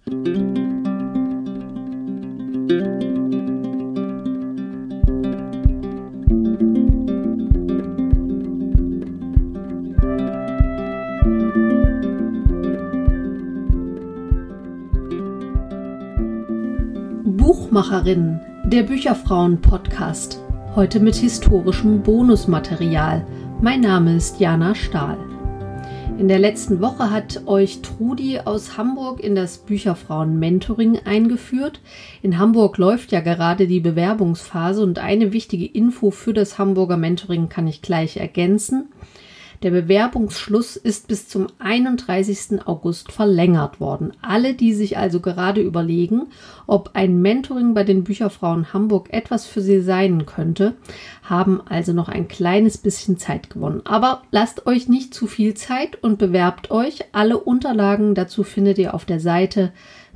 Buchmacherinnen, der Bücherfrauen-Podcast. Heute mit historischem Bonusmaterial. Mein Name ist Jana Stahl. In der letzten Woche hat euch Trudi aus Hamburg in das Bücherfrauen-Mentoring eingeführt. In Hamburg läuft ja gerade die Bewerbungsphase und eine wichtige Info für das Hamburger Mentoring kann ich gleich ergänzen. Der Bewerbungsschluss ist bis zum 31. August verlängert worden. Alle, die sich also gerade überlegen, ob ein Mentoring bei den Bücherfrauen Hamburg etwas für sie sein könnte, haben also noch ein kleines bisschen Zeit gewonnen. Aber lasst euch nicht zu viel Zeit und bewerbt euch. Alle Unterlagen dazu findet ihr auf der Seite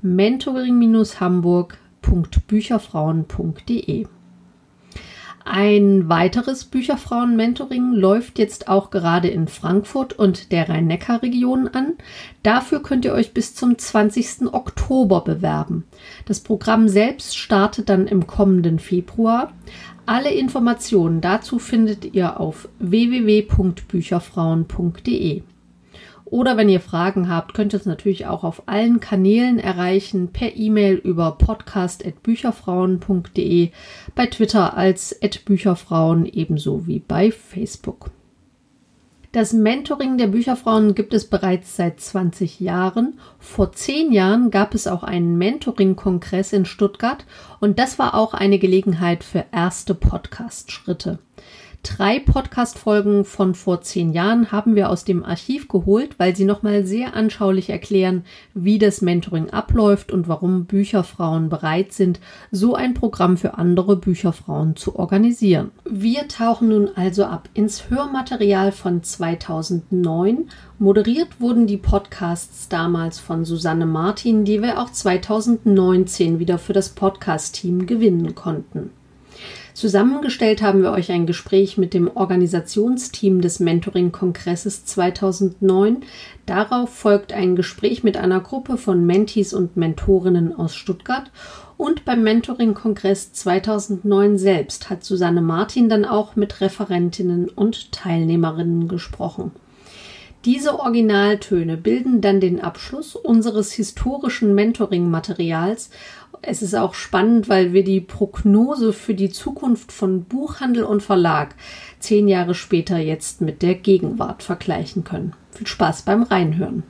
mentoring-hamburg.bücherfrauen.de. Ein weiteres Bücherfrauen-Mentoring läuft jetzt auch gerade in Frankfurt und der Rhein-Neckar-Region an. Dafür könnt ihr euch bis zum 20. Oktober bewerben. Das Programm selbst startet dann im kommenden Februar. Alle Informationen dazu findet ihr auf www.bücherfrauen.de. Oder wenn ihr Fragen habt, könnt ihr es natürlich auch auf allen Kanälen erreichen, per E-Mail über podcast@bücherfrauen.de, bei Twitter als @bücherfrauen ebenso wie bei Facebook. Das Mentoring der Bücherfrauen gibt es bereits seit 20 Jahren. Vor 10 Jahren gab es auch einen Mentoring-Kongress in Stuttgart und das war auch eine Gelegenheit für erste Podcast-Schritte. 3 Podcast-Folgen von vor 10 Jahren haben wir aus dem Archiv geholt, weil sie nochmal sehr anschaulich erklären, wie das Mentoring abläuft und warum Bücherfrauen bereit sind, so ein Programm für andere Bücherfrauen zu organisieren. Wir tauchen nun also ab ins Hörmaterial von 2009. Moderiert wurden die Podcasts damals von Susanne Martin, die wir auch 2019 wieder für das Podcast-Team gewinnen konnten. Zusammengestellt haben wir euch ein Gespräch mit dem Organisationsteam des Mentoring-Kongresses 2009. Darauf folgt ein Gespräch mit einer Gruppe von Mentees und Mentorinnen aus Stuttgart. Und beim Mentoring-Kongress 2009 selbst hat Susanne Martin dann auch mit Referentinnen und Teilnehmerinnen gesprochen. Diese Originaltöne bilden dann den Abschluss unseres historischen Mentoring-Materials. Es ist auch spannend, weil wir die Prognose für die Zukunft von Buchhandel und Verlag 10 Jahre später jetzt mit der Gegenwart vergleichen können. Viel Spaß beim Reinhören.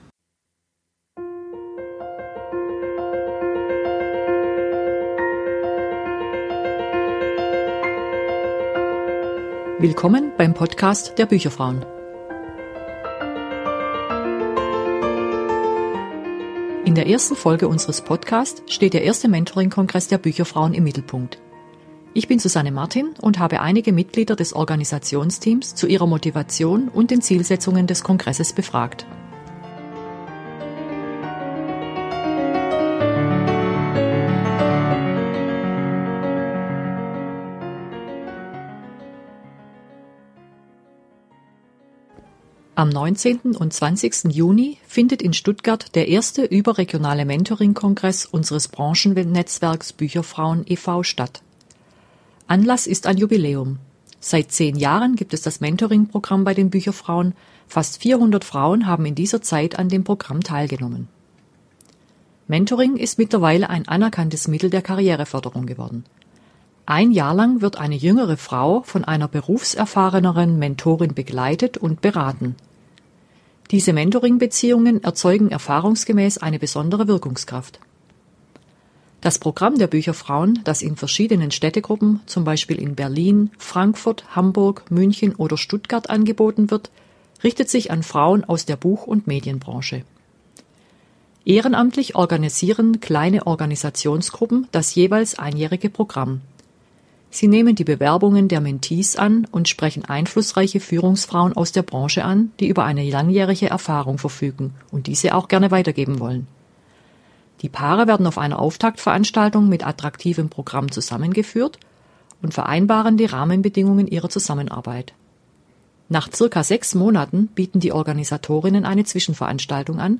Willkommen beim Podcast der Bücherfrauen. In der ersten Folge unseres Podcasts steht der erste Mentoring-Kongress der Bücherfrauen im Mittelpunkt. Ich bin Susanne Martin und habe einige Mitglieder des Organisationsteams zu ihrer Motivation und den Zielsetzungen des Kongresses befragt. Am 19. und 20. Juni findet in Stuttgart der erste überregionale Mentoring-Kongress unseres Branchennetzwerks Bücherfrauen e.V. statt. Anlass ist ein Jubiläum. Seit 10 Jahren gibt es das Mentoring-Programm bei den Bücherfrauen. Fast 400 Frauen haben in dieser Zeit an dem Programm teilgenommen. Mentoring ist mittlerweile ein anerkanntes Mittel der Karriereförderung geworden. 1 Jahr lang wird eine jüngere Frau von einer berufserfahreneren Mentorin begleitet und beraten. Diese Mentoring-Beziehungen erzeugen erfahrungsgemäß eine besondere Wirkungskraft. Das Programm der Bücherfrauen, das in verschiedenen Städtegruppen, zum Beispiel in Berlin, Frankfurt, Hamburg, München oder Stuttgart angeboten wird, richtet sich an Frauen aus der Buch- und Medienbranche. Ehrenamtlich organisieren kleine Organisationsgruppen das jeweils einjährige Programm. Sie nehmen die Bewerbungen der Mentees an und sprechen einflussreiche Führungsfrauen aus der Branche an, die über eine langjährige Erfahrung verfügen und diese auch gerne weitergeben wollen. Die Paare werden auf einer Auftaktveranstaltung mit attraktivem Programm zusammengeführt und vereinbaren die Rahmenbedingungen ihrer Zusammenarbeit. Nach circa 6 Monaten bieten die Organisatorinnen eine Zwischenveranstaltung an,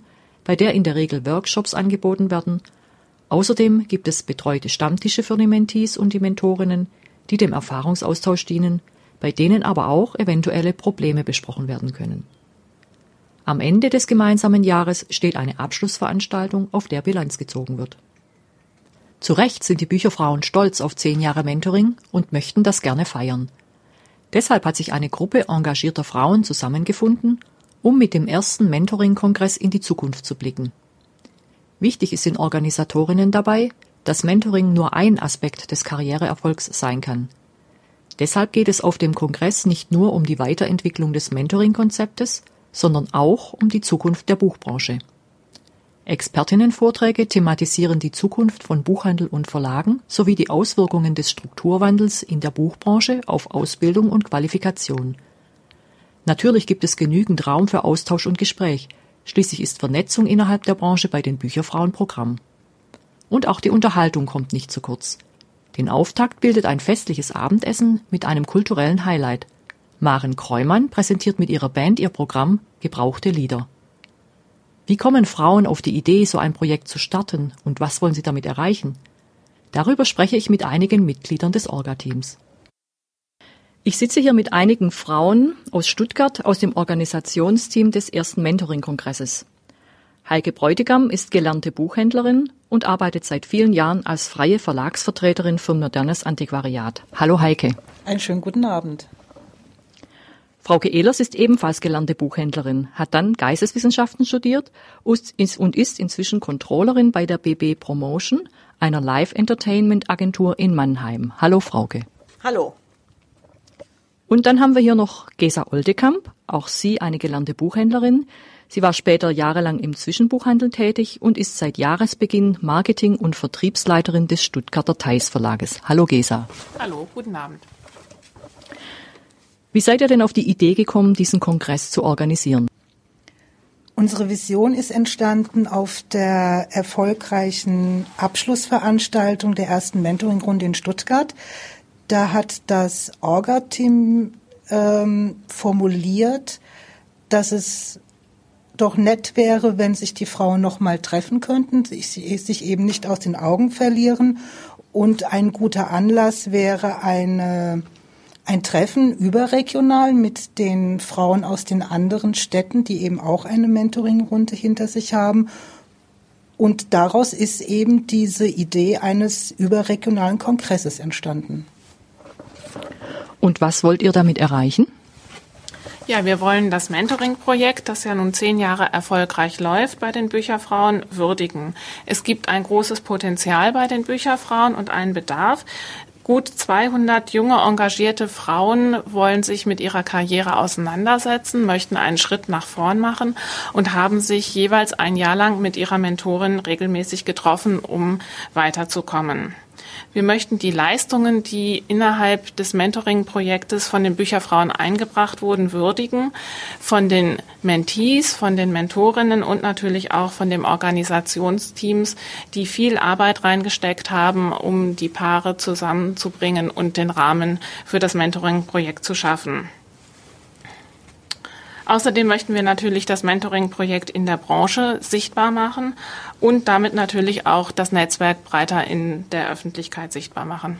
bei der in der Regel Workshops angeboten werden. Außerdem gibt es betreute Stammtische für die Mentees und die Mentorinnen, die dem Erfahrungsaustausch dienen, bei denen aber auch eventuelle Probleme besprochen werden können. Am Ende des gemeinsamen Jahres steht eine Abschlussveranstaltung, auf der Bilanz gezogen wird. Zu Recht sind die Bücherfrauen stolz auf 10 Jahre Mentoring und möchten das gerne feiern. Deshalb hat sich eine Gruppe engagierter Frauen zusammengefunden, um mit dem ersten Mentoring-Kongress in die Zukunft zu blicken. Wichtig ist den Organisatorinnen dabei, dass Mentoring nur ein Aspekt des Karriereerfolgs sein kann. Deshalb geht es auf dem Kongress nicht nur um die Weiterentwicklung des Mentoring-Konzeptes, sondern auch um die Zukunft der Buchbranche. Expertinnenvorträge thematisieren die Zukunft von Buchhandel und Verlagen sowie die Auswirkungen des Strukturwandels in der Buchbranche auf Ausbildung und Qualifikation. Natürlich gibt es genügend Raum für Austausch und Gespräch. Schließlich ist Vernetzung innerhalb der Branche bei den Bücherfrauen Programm. Und auch die Unterhaltung kommt nicht zu kurz. Den Auftakt bildet ein festliches Abendessen mit einem kulturellen Highlight. Maren Kreumann präsentiert mit ihrer Band ihr Programm Gebrauchte Lieder. Wie kommen Frauen auf die Idee, so ein Projekt zu starten und was wollen sie damit erreichen? Darüber spreche ich mit einigen Mitgliedern des Orga-Teams. Ich sitze hier mit einigen Frauen aus Stuttgart aus dem Organisationsteam des ersten Mentoring-Kongresses. Heike Bräutigam ist gelernte Buchhändlerin und arbeitet seit vielen Jahren als freie Verlagsvertreterin für modernes Antiquariat. Hallo Heike. Einen schönen guten Abend. Frauke Ehlers ist ebenfalls gelernte Buchhändlerin, hat dann Geisteswissenschaften studiert und ist inzwischen Controllerin bei der BB Promotion, einer Live-Entertainment-Agentur in Mannheim. Hallo Frauke. Hallo. Und dann haben wir hier noch Gesa Oldekamp, auch sie eine gelernte Buchhändlerin. Sie war später jahrelang im Zwischenbuchhandel tätig und ist seit Jahresbeginn Marketing- und Vertriebsleiterin des Stuttgarter Theis Verlages. Hallo Gesa. Hallo, guten Abend. Wie seid ihr denn auf die Idee gekommen, diesen Kongress zu organisieren? Unsere Vision ist entstanden auf der erfolgreichen Abschlussveranstaltung der ersten Mentoring-Runde in Stuttgart. Da hat das Orga-Team formuliert, dass es doch nett wäre, wenn sich die Frauen noch mal treffen könnten, sich eben nicht aus den Augen verlieren. Und ein guter Anlass wäre ein Treffen überregional mit den Frauen aus den anderen Städten, die eben auch eine Mentoring-Runde hinter sich haben. Und daraus ist eben diese Idee eines überregionalen Kongresses entstanden. Und was wollt ihr damit erreichen? Ja, wir wollen das Mentoring-Projekt, das ja nun 10 Jahre erfolgreich läuft bei den Bücherfrauen, würdigen. Es gibt ein großes Potenzial bei den Bücherfrauen und einen Bedarf. Gut 200 junge, engagierte Frauen wollen sich mit ihrer Karriere auseinandersetzen, möchten einen Schritt nach vorn machen und haben sich jeweils ein Jahr lang mit ihrer Mentorin regelmäßig getroffen, um weiterzukommen. Wir möchten die Leistungen, die innerhalb des Mentoring-Projektes von den Bücherfrauen eingebracht wurden, würdigen, von den Mentees, von den Mentorinnen und natürlich auch von den Organisationsteams, die viel Arbeit reingesteckt haben, um die Paare zusammenzubringen und den Rahmen für das Mentoring-Projekt zu schaffen. Außerdem möchten wir natürlich das Mentoring-Projekt in der Branche sichtbar machen und damit natürlich auch das Netzwerk breiter in der Öffentlichkeit sichtbar machen.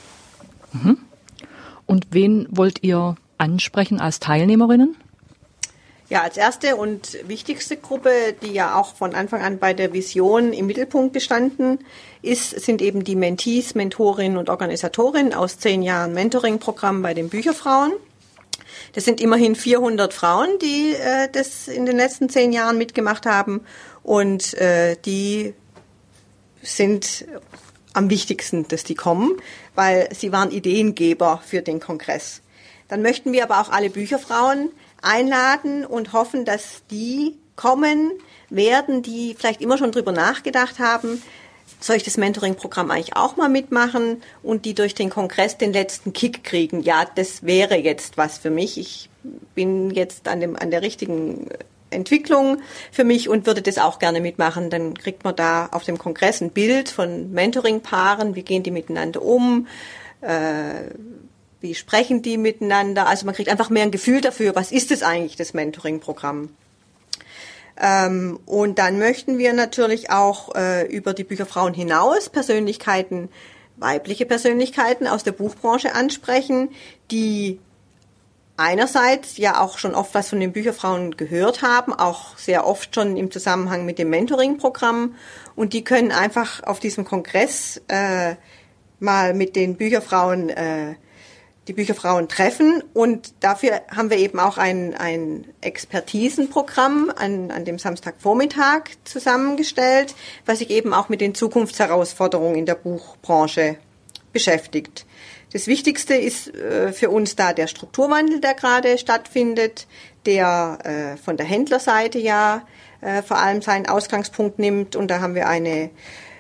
Und wen wollt ihr ansprechen als Teilnehmerinnen? Ja, als erste und wichtigste Gruppe, die ja auch von Anfang an bei der Vision im Mittelpunkt gestanden ist, sind eben die Mentees, Mentorinnen und Organisatorinnen aus 10 Jahren Mentoring-Programm bei den Bücherfrauen. Das sind immerhin 400 Frauen, die das in den letzten 10 Jahren mitgemacht haben und die sind am wichtigsten, dass die kommen, weil sie waren Ideengeber für den Kongress. Dann möchten wir aber auch alle Bücherfrauen einladen und hoffen, dass die kommen werden, die vielleicht immer schon drüber nachgedacht haben, soll ich das Mentoring-Programm eigentlich auch mal mitmachen und die durch den Kongress den letzten Kick kriegen. Ja, das wäre jetzt was für mich. Ich bin jetzt an der richtigen Entwicklung für mich und würde das auch gerne mitmachen. Dann kriegt man da auf dem Kongress ein Bild von Mentoring-Paaren. Wie gehen die miteinander um? Wie sprechen die miteinander? Also man kriegt einfach mehr ein Gefühl dafür, was ist es eigentlich, das Mentoring-Programm. Und dann möchten wir natürlich auch über die Bücherfrauen hinaus weibliche Persönlichkeiten aus der Buchbranche ansprechen, die einerseits ja auch schon oft was von den Bücherfrauen gehört haben, auch sehr oft schon im Zusammenhang mit dem Mentoring-Programm. Und die können einfach auf diesem Kongress mal mit den Bücherfrauen die Bücherfrauen treffen. Und dafür haben wir eben auch ein Expertisenprogramm an dem Samstagvormittag zusammengestellt, was sich eben auch mit den Zukunftsherausforderungen in der Buchbranche beschäftigt. Das Wichtigste ist für uns da der Strukturwandel, der gerade stattfindet, der von der Händlerseite ja vor allem seinen Ausgangspunkt nimmt. Und da haben wir eine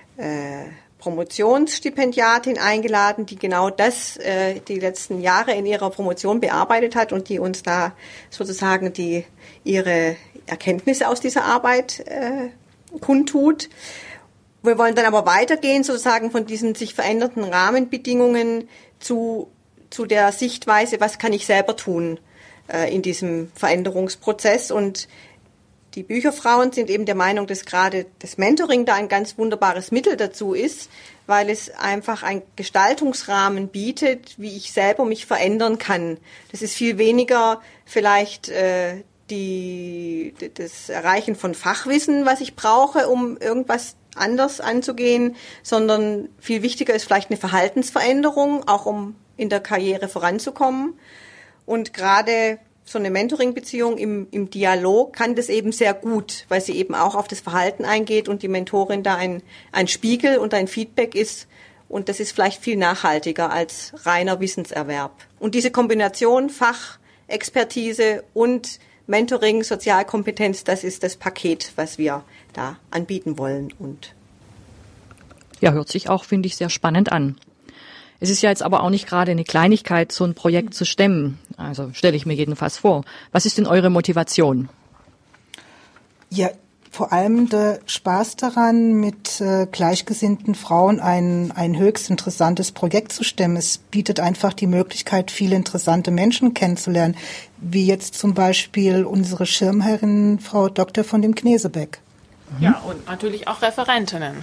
Promotionsstipendiatin eingeladen, die genau das die letzten Jahre in ihrer Promotion bearbeitet hat und die uns da sozusagen ihre Erkenntnisse aus dieser Arbeit kundtut. Wir wollen dann aber weitergehen, sozusagen von diesen sich verändernden Rahmenbedingungen zu der Sichtweise, was kann ich selber tun in diesem Veränderungsprozess. Und die Bücherfrauen sind eben der Meinung, dass gerade das Mentoring da ein ganz wunderbares Mittel dazu ist, weil es einfach einen Gestaltungsrahmen bietet, wie ich selber mich verändern kann. Das ist viel weniger vielleicht das Erreichen von Fachwissen, was ich brauche, um irgendwas anders anzugehen, sondern viel wichtiger ist vielleicht eine Verhaltensveränderung, auch um in der Karriere voranzukommen. Und gerade so eine Mentoring-Beziehung im Dialog kann das eben sehr gut, weil sie eben auch auf das Verhalten eingeht und die Mentorin da ein Spiegel und ein Feedback ist. Und das ist vielleicht viel nachhaltiger als reiner Wissenserwerb. Und diese Kombination Fachexpertise und Mentoring, Sozialkompetenz, das ist das Paket, was wir da anbieten wollen. Und ja, hört sich auch, finde ich, sehr spannend an. Es ist ja jetzt aber auch nicht gerade eine Kleinigkeit, so ein Projekt zu stemmen. Also stelle ich mir jedenfalls vor. Was ist denn eure Motivation? Ja, vor allem der Spaß daran, mit gleichgesinnten Frauen ein höchst interessantes Projekt zu stemmen. Es bietet einfach die Möglichkeit, viele interessante Menschen kennenzulernen, wie jetzt zum Beispiel unsere Schirmherrin, Frau Dr. von dem Knesebeck. Ja, und natürlich auch Referentinnen.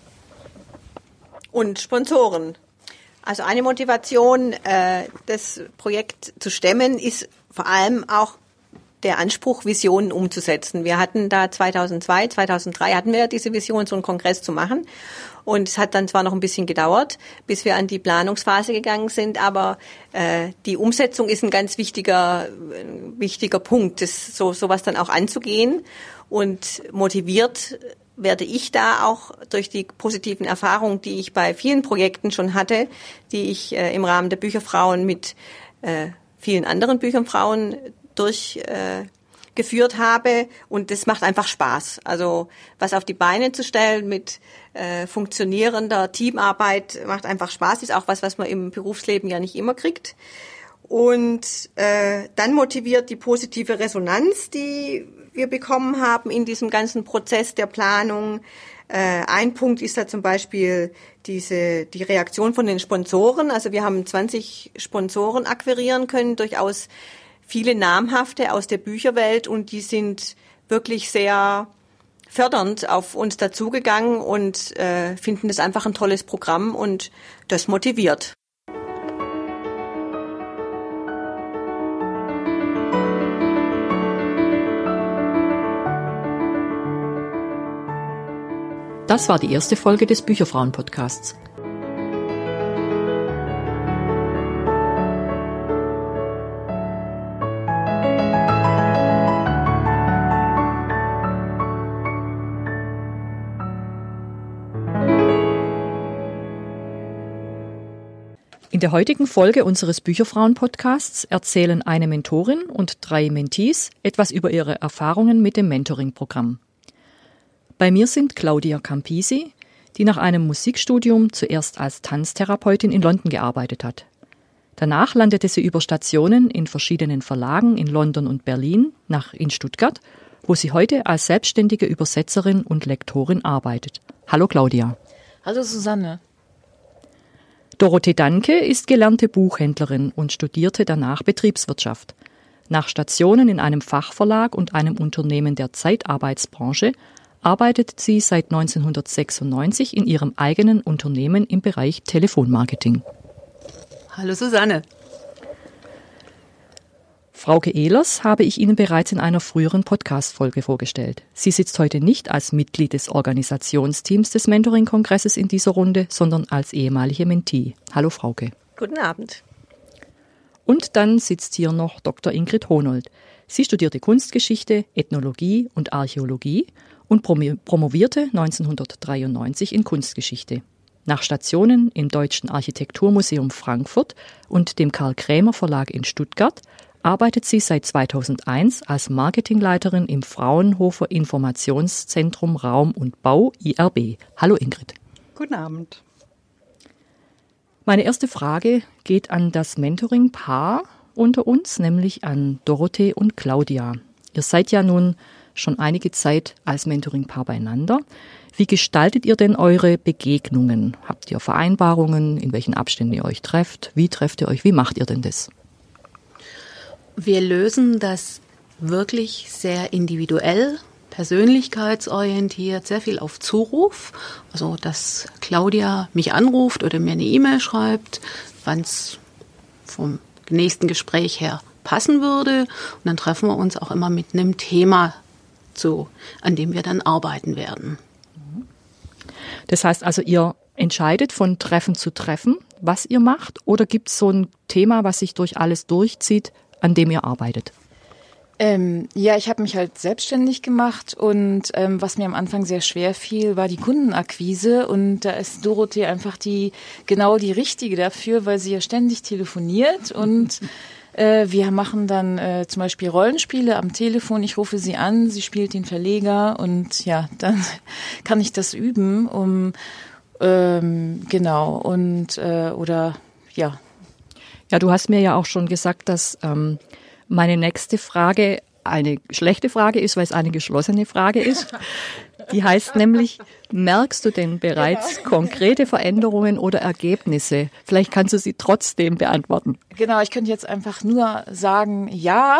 Und Sponsoren. Also eine Motivation, das Projekt zu stemmen, ist vor allem auch der Anspruch, Visionen umzusetzen. Wir hatten da 2002, 2003 hatten wir diese Vision, so einen Kongress zu machen. Und es hat dann zwar noch ein bisschen gedauert, bis wir an die Planungsphase gegangen sind, aber die Umsetzung ist ein ganz wichtiger Punkt, sowas dann auch anzugehen. Und motiviert werde ich da auch durch die positiven Erfahrungen, die ich bei vielen Projekten schon hatte, die ich im Rahmen der Bücherfrauen mit vielen anderen Bücherfrauen durchgeführt habe. Und das macht einfach Spaß. Also was auf die Beine zu stellen mit funktionierender Teamarbeit macht einfach Spaß. Ist auch was man im Berufsleben ja nicht immer kriegt. Und dann motiviert die positive Resonanz, die wir bekommen haben in diesem ganzen Prozess der Planung. Ein Punkt ist da zum Beispiel die Reaktion von den Sponsoren. Also wir haben 20 Sponsoren akquirieren können, durchaus viele namhafte aus der Bücherwelt, und die sind wirklich sehr fördernd auf uns dazugegangen und finden das einfach ein tolles Programm, und das motiviert. Das war die erste Folge des Bücherfrauen-Podcasts. In der heutigen Folge unseres Bücherfrauen-Podcasts erzählen eine Mentorin und 3 Mentees etwas über ihre Erfahrungen mit dem Mentoring-Programm. Bei mir sind Claudia Campisi, die nach einem Musikstudium zuerst als Tanztherapeutin in London gearbeitet hat. Danach landete sie über Stationen in verschiedenen Verlagen in London und Berlin in Stuttgart, wo sie heute als selbstständige Übersetzerin und Lektorin arbeitet. Hallo Claudia. Hallo Susanne. Dorothee Danke ist gelernte Buchhändlerin und studierte danach Betriebswirtschaft. Nach Stationen in einem Fachverlag und einem Unternehmen der Zeitarbeitsbranche arbeitet sie seit 1996 in ihrem eigenen Unternehmen im Bereich Telefonmarketing. Hallo Susanne. Frauke Ehlers habe ich Ihnen bereits in einer früheren Podcast-Folge vorgestellt. Sie sitzt heute nicht als Mitglied des Organisationsteams des Mentoring-Kongresses in dieser Runde, sondern als ehemalige Mentee. Hallo Frauke. Guten Abend. Und dann sitzt hier noch Dr. Ingrid Honold. Sie studierte Kunstgeschichte, Ethnologie und Archäologie und promovierte 1993 in Kunstgeschichte. Nach Stationen im Deutschen Architekturmuseum Frankfurt und dem Karl-Krämer-Verlag in Stuttgart arbeitet sie seit 2001 als Marketingleiterin im Fraunhofer Informationszentrum Raum und Bau IRB. Hallo Ingrid. Guten Abend. Meine erste Frage geht an das Mentoring-Paar unter uns, nämlich an Dorothee und Claudia. Ihr seid ja nun schon einige Zeit als Mentoring-Paar beieinander. Wie gestaltet ihr denn eure Begegnungen? Habt ihr Vereinbarungen, in welchen Abständen ihr euch trefft? Wie trefft ihr euch? Wie macht ihr denn das? Wir lösen das wirklich sehr individuell, persönlichkeitsorientiert, sehr viel auf Zuruf. Also, dass Claudia mich anruft oder mir eine E-Mail schreibt, wann es vom nächsten Gespräch her passen würde. Und dann treffen wir uns auch immer mit einem Thema an dem wir dann arbeiten werden. Das heißt also, ihr entscheidet von Treffen zu Treffen, was ihr macht? Oder gibt es so ein Thema, was sich durch alles durchzieht, an dem ihr arbeitet? Ja, ich habe mich halt selbstständig gemacht und was mir am Anfang sehr schwer fiel, war die Kundenakquise und da ist Dorothee einfach genau die Richtige dafür, weil sie ja ständig telefoniert und wir machen dann zum Beispiel Rollenspiele am Telefon, ich rufe sie an, sie spielt den Verleger und ja, dann kann ich das üben, genau und oder ja. Ja, du hast mir ja auch schon gesagt, dass meine nächste Frage eine schlechte Frage ist, weil es eine geschlossene Frage ist. Die heißt nämlich, merkst du denn bereits konkrete Veränderungen oder Ergebnisse? Vielleicht kannst du sie trotzdem beantworten. Genau, ich könnte jetzt einfach nur sagen, ja,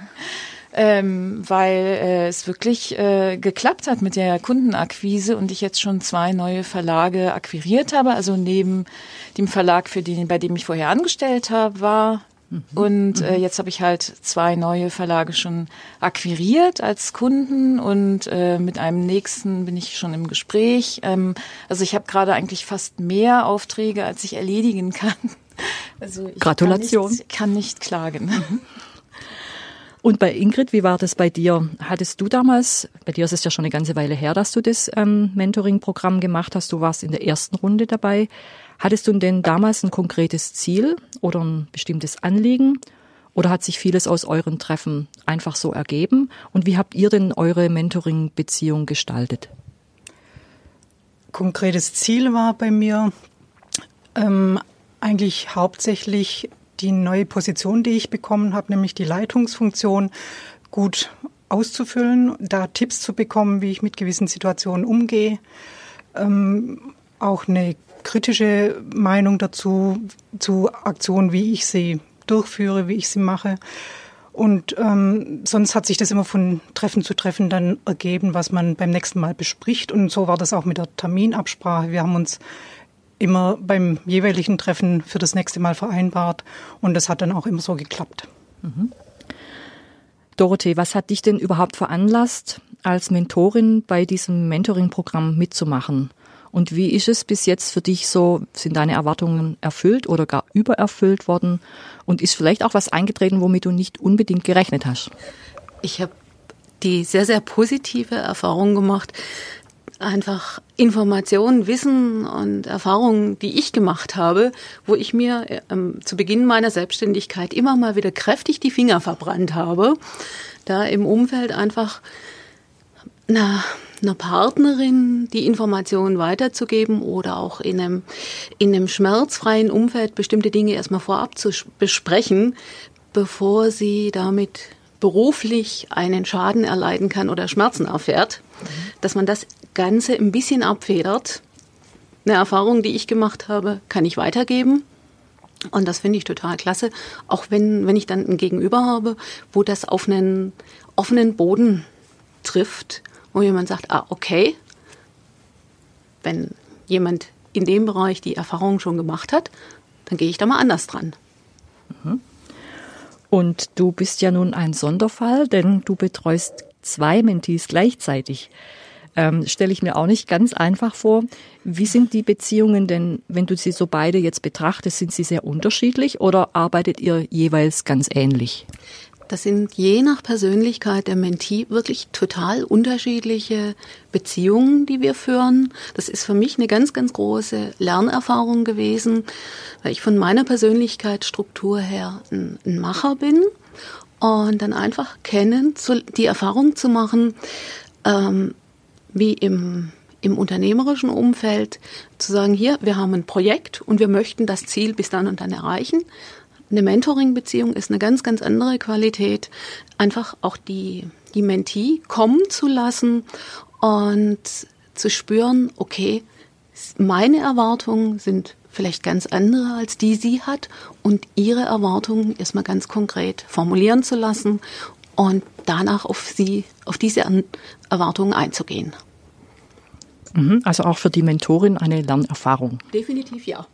weil es wirklich geklappt hat mit der Kundenakquise und ich jetzt schon 2 neue Verlage akquiriert habe. Also neben dem Verlag, bei dem ich vorher angestellt war. Und jetzt habe ich halt 2 neue Verlage schon akquiriert als Kunden und mit einem nächsten bin ich schon im Gespräch. Also ich habe gerade eigentlich fast mehr Aufträge, als ich erledigen kann. Also ich Gratulation. Kann nicht klagen. Und bei Ingrid, wie war das bei dir? Hattest du damals, bei dir ist es ja schon eine ganze Weile her, dass du das Mentoring-Programm gemacht hast, du warst in der ersten Runde dabei. Hattest du denn damals ein konkretes Ziel oder ein bestimmtes Anliegen? Oder hat sich vieles aus euren Treffen einfach so ergeben? Und wie habt ihr denn eure Mentoring-Beziehung gestaltet? Konkretes Ziel war bei mir eigentlich hauptsächlich die neue Position, die ich bekommen habe, nämlich die Leitungsfunktion, gut auszufüllen, da Tipps zu bekommen, wie ich mit gewissen Situationen umgehe, auch eine kritische Meinung dazu, zu Aktionen, wie ich sie durchführe, wie ich sie mache. Und sonst hat sich das immer von Treffen zu Treffen dann ergeben, was man beim nächsten Mal bespricht. Und so war das auch mit der Terminabsprache. Wir haben uns immer beim jeweiligen Treffen für das nächste Mal vereinbart. Und das hat dann auch immer so geklappt. Mhm. Dorothee, was hat dich denn überhaupt veranlasst, als Mentorin bei diesem Mentoring-Programm mitzumachen? Und wie ist es bis jetzt für dich so? Sind deine Erwartungen erfüllt oder gar übererfüllt worden? Und ist vielleicht auch was eingetreten, womit du nicht unbedingt gerechnet hast? Ich habe die sehr, sehr positive Erfahrung gemacht. Einfach Informationen, Wissen und Erfahrungen, die ich gemacht habe, wo ich mir zu Beginn meiner Selbstständigkeit immer mal wieder kräftig die Finger verbrannt habe, da im Umfeld einfach einer Partnerin die Informationen weiterzugeben oder auch in einem schmerzfreien Umfeld bestimmte Dinge erstmal vorab zu besprechen, bevor sie damit beruflich einen Schaden erleiden kann oder Schmerzen erfährt, dass man das Ganze ein bisschen abfedert. Eine Erfahrung, die ich gemacht habe, kann ich weitergeben. Und das finde ich total klasse, auch wenn ich dann ein Gegenüber habe, wo das auf einen offenen Boden trifft, wo jemand sagt, okay, wenn jemand in dem Bereich die Erfahrung schon gemacht hat, dann gehe ich da mal anders dran. Und du bist ja nun ein Sonderfall, denn du betreust 2 Mentees gleichzeitig. Stelle ich mir auch nicht ganz einfach vor. Wie sind die Beziehungen denn, wenn du sie so beide jetzt betrachtest, sind sie sehr unterschiedlich oder arbeitet ihr jeweils ganz ähnlich? Das sind je nach Persönlichkeit der Mentee wirklich total unterschiedliche Beziehungen, die wir führen. Das ist für mich eine ganz, ganz große Lernerfahrung gewesen, weil ich von meiner Persönlichkeitsstruktur her ein Macher bin und dann einfach die Erfahrung zu machen, wie im unternehmerischen Umfeld, zu sagen, hier, wir haben ein Projekt und wir möchten das Ziel bis dann und dann erreichen. Eine Mentoring-Beziehung ist eine ganz, ganz andere Qualität. Einfach auch die Mentee kommen zu lassen und zu spüren, okay, meine Erwartungen sind vielleicht ganz andere, als die sie hat und ihre Erwartungen erstmal ganz konkret formulieren zu lassen und danach auf diese Erwartungen einzugehen. Also auch für die Mentorin eine Lernerfahrung. Definitiv ja.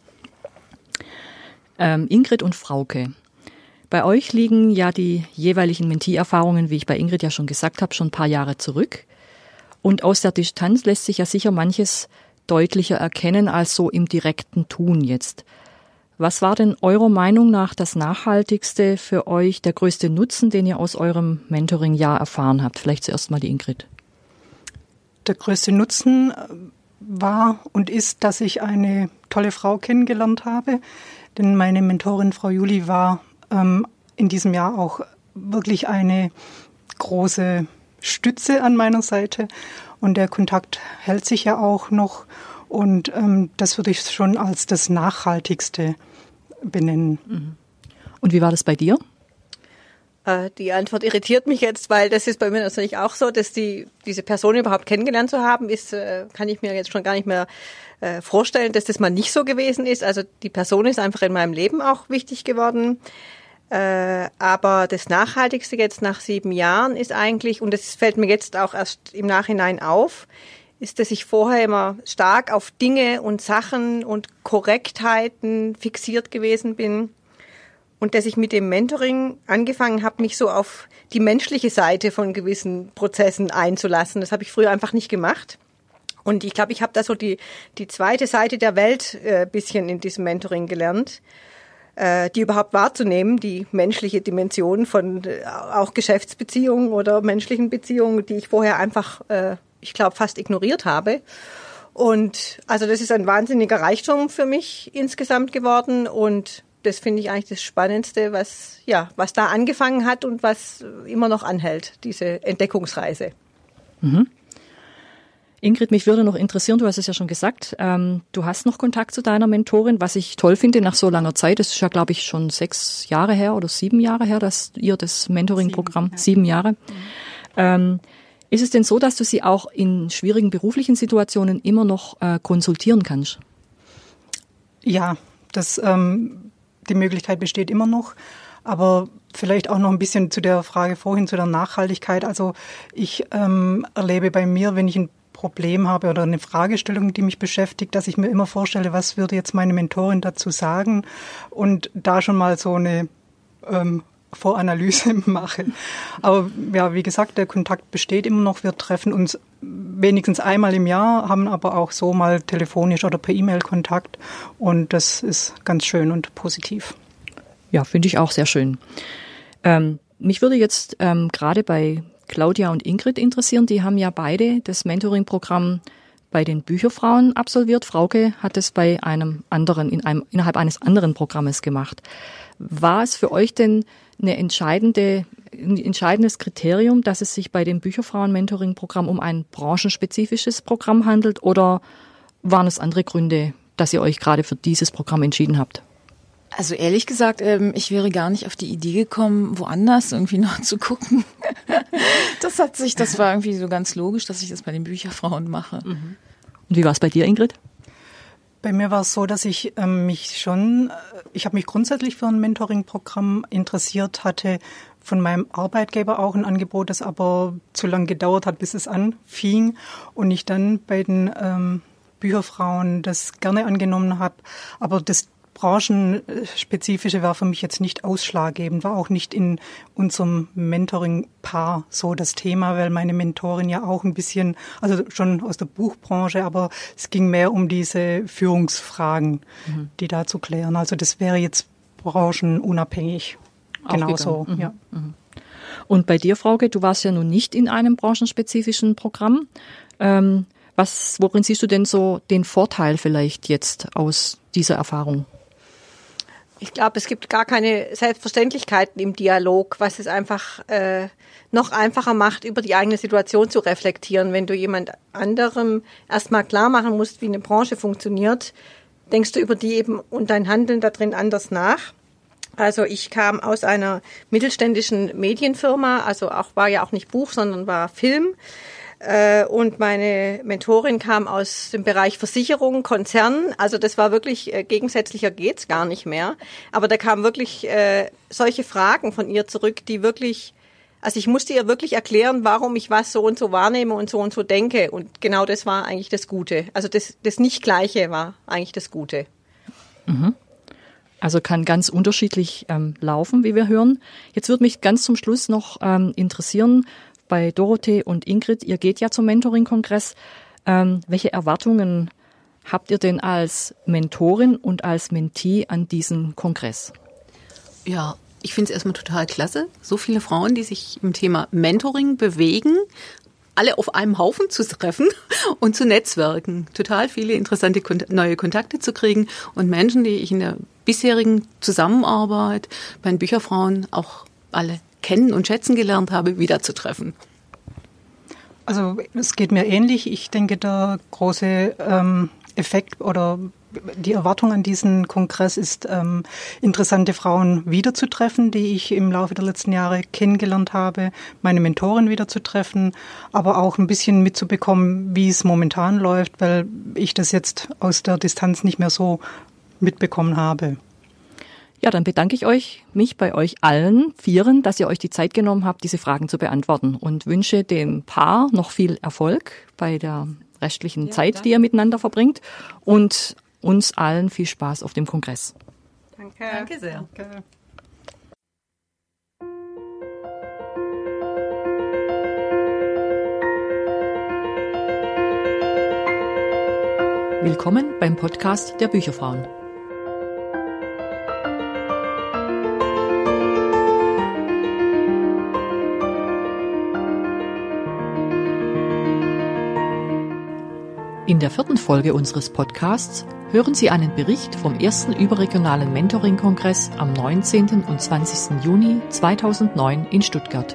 Ingrid und Frauke. Bei euch liegen ja die jeweiligen Mentee-Erfahrungen, wie ich bei Ingrid ja schon gesagt habe, schon ein paar Jahre zurück. Und aus der Distanz lässt sich ja sicher manches deutlicher erkennen als so im direkten Tun jetzt. Was war denn eurer Meinung nach das Nachhaltigste für euch, der größte Nutzen, den ihr aus eurem Mentoring-Jahr erfahren habt? Vielleicht zuerst mal die Ingrid. Der größte Nutzen war und ist, dass ich eine tolle Frau kennengelernt habe. Denn meine Mentorin, Frau Juli, war in diesem Jahr auch wirklich eine große Stütze an meiner Seite. Und der Kontakt hält sich ja auch noch. Und das würde ich schon als das Nachhaltigste benennen. Und wie war das bei dir? Die Antwort irritiert mich jetzt, weil das ist bei mir natürlich auch so, dass diese Person überhaupt kennengelernt zu haben, kann ich mir jetzt schon gar nicht mehr vorstellen, dass das mal nicht so gewesen ist. Also die Person ist einfach in meinem Leben auch wichtig geworden. Aber das Nachhaltigste jetzt nach 7 Jahren ist eigentlich, und das fällt mir jetzt auch erst im Nachhinein auf, ist, dass ich vorher immer stark auf Dinge und Sachen und Korrektheiten fixiert gewesen bin. Und dass ich mit dem Mentoring angefangen habe, mich so auf die menschliche Seite von gewissen Prozessen einzulassen. Das habe ich früher einfach nicht gemacht. Und ich glaube, ich habe da so die zweite Seite der Welt bisschen in diesem Mentoring gelernt, die überhaupt wahrzunehmen, die menschliche Dimension von auch Geschäftsbeziehungen oder menschlichen Beziehungen, die ich vorher einfach, ich glaube, fast ignoriert habe. Und also das ist ein wahnsinniger Reichtum für mich insgesamt geworden und das finde ich eigentlich das Spannendste, was da angefangen hat und was immer noch anhält, diese Entdeckungsreise. Ingrid, mich würde noch interessieren, du hast es ja schon gesagt, du hast noch Kontakt zu deiner Mentorin, was ich toll finde nach so langer Zeit. Das ist ja, glaube ich, schon 6 Jahre her oder 7 Jahre her, dass ihr das Mentoring-Programm, 7 Jahre. Ist es denn so, dass du sie auch in schwierigen beruflichen Situationen immer noch konsultieren kannst? Ja, die Möglichkeit besteht immer noch, aber vielleicht auch noch ein bisschen zu der Frage vorhin, zu der Nachhaltigkeit. Also ich erlebe bei mir, wenn ich ein Problem habe oder eine Fragestellung, die mich beschäftigt, dass ich mir immer vorstelle, was würde jetzt meine Mentorin dazu sagen und da schon mal so eine Voranalyse mache. Aber ja, wie gesagt, der Kontakt besteht immer noch. Wir treffen uns wenigstens einmal im Jahr, haben aber auch so mal telefonisch oder per E-Mail Kontakt und das ist ganz schön und positiv. Ja, finde ich auch sehr schön. Mich würde jetzt gerade bei Claudia und Ingrid interessieren. Die haben ja beide das Mentoring-Programm bei den Bücherfrauen absolviert. Frauke hat es bei einem anderen, innerhalb eines anderen Programmes gemacht. War es für euch denn ein entscheidendes Kriterium, dass es sich bei dem Bücherfrauen-Mentoring-Programm um ein branchenspezifisches Programm handelt oder waren es andere Gründe, dass ihr euch gerade für dieses Programm entschieden habt? Also ehrlich gesagt, ich wäre gar nicht auf die Idee gekommen, woanders irgendwie noch zu gucken. Das war irgendwie so ganz logisch, dass ich das bei den Bücherfrauen mache. Und wie war es bei dir, Ingrid? Bei mir war es so, dass ich habe mich grundsätzlich für ein Mentoring-Programm interessiert, hatte von meinem Arbeitgeber auch ein Angebot, das aber zu lange gedauert hat, bis es anfing und ich dann bei den Bücherfrauen das gerne angenommen habe. Aber das Branchenspezifische war für mich jetzt nicht ausschlaggebend, war auch nicht in unserem Mentoring-Paar so das Thema, weil meine Mentorin ja auch ein bisschen, also schon aus der Buchbranche, aber es ging mehr um diese Führungsfragen, die da zu klären. Also das wäre jetzt branchenunabhängig. Genau so, ja. Und bei dir, Frauke, du warst ja nun nicht in einem branchenspezifischen Programm. Worin siehst du denn so den Vorteil vielleicht jetzt aus dieser Erfahrung? Ich glaube, es gibt gar keine Selbstverständlichkeiten im Dialog, was es einfach noch einfacher macht, über die eigene Situation zu reflektieren. Wenn du jemand anderem erstmal klar machen musst, wie eine Branche funktioniert, denkst du über die eben und dein Handeln da drin anders nach. Also ich kam aus einer mittelständischen Medienfirma, also war ja auch nicht Buch, sondern war Film. Und meine Mentorin kam aus dem Bereich Versicherung, Konzern. Also das war wirklich, gegensätzlicher geht's gar nicht mehr. Aber da kamen wirklich solche Fragen von ihr zurück, die wirklich, also ich musste ihr wirklich erklären, warum ich was so und so wahrnehme und so denke. Und genau das war eigentlich das Gute. Also das Nicht-Gleiche war eigentlich das Gute. Mhm. Also kann ganz unterschiedlich laufen, wie wir hören. Jetzt würde mich ganz zum Schluss noch interessieren, bei Dorothee und Ingrid, ihr geht ja zum Mentoring-Kongress. Welche Erwartungen habt ihr denn als Mentorin und als Mentee an diesen Kongress? Ja, ich finde es erstmal total klasse, so viele Frauen, die sich im Thema Mentoring bewegen, alle auf einem Haufen zu treffen und zu netzwerken. Total viele interessante neue Kontakte zu kriegen und Menschen, die ich in der bisherigen Zusammenarbeit bei den Bücherfrauen auch alle kennen und schätzen gelernt habe, wiederzutreffen. Also es geht mir ähnlich. Ich denke, der große Effekt oder die Erwartung an diesen Kongress ist, interessante Frauen wiederzutreffen, die ich im Laufe der letzten Jahre kennengelernt habe, meine Mentorin wiederzutreffen, aber auch ein bisschen mitzubekommen, wie es momentan läuft, weil ich das jetzt aus der Distanz nicht mehr so mitbekommen habe. Ja, dann bedanke ich mich bei euch allen Vieren, dass ihr euch die Zeit genommen habt, diese Fragen zu beantworten und wünsche dem Paar noch viel Erfolg bei der restlichen Zeit, die ihr miteinander verbringt und uns allen viel Spaß auf dem Kongress. Danke. Danke sehr. Danke. Willkommen beim Podcast der Bücherfrauen. In der 4. Folge unseres Podcasts hören Sie einen Bericht vom ersten überregionalen Mentoring-Kongress am 19. und 20. Juni 2009 in Stuttgart.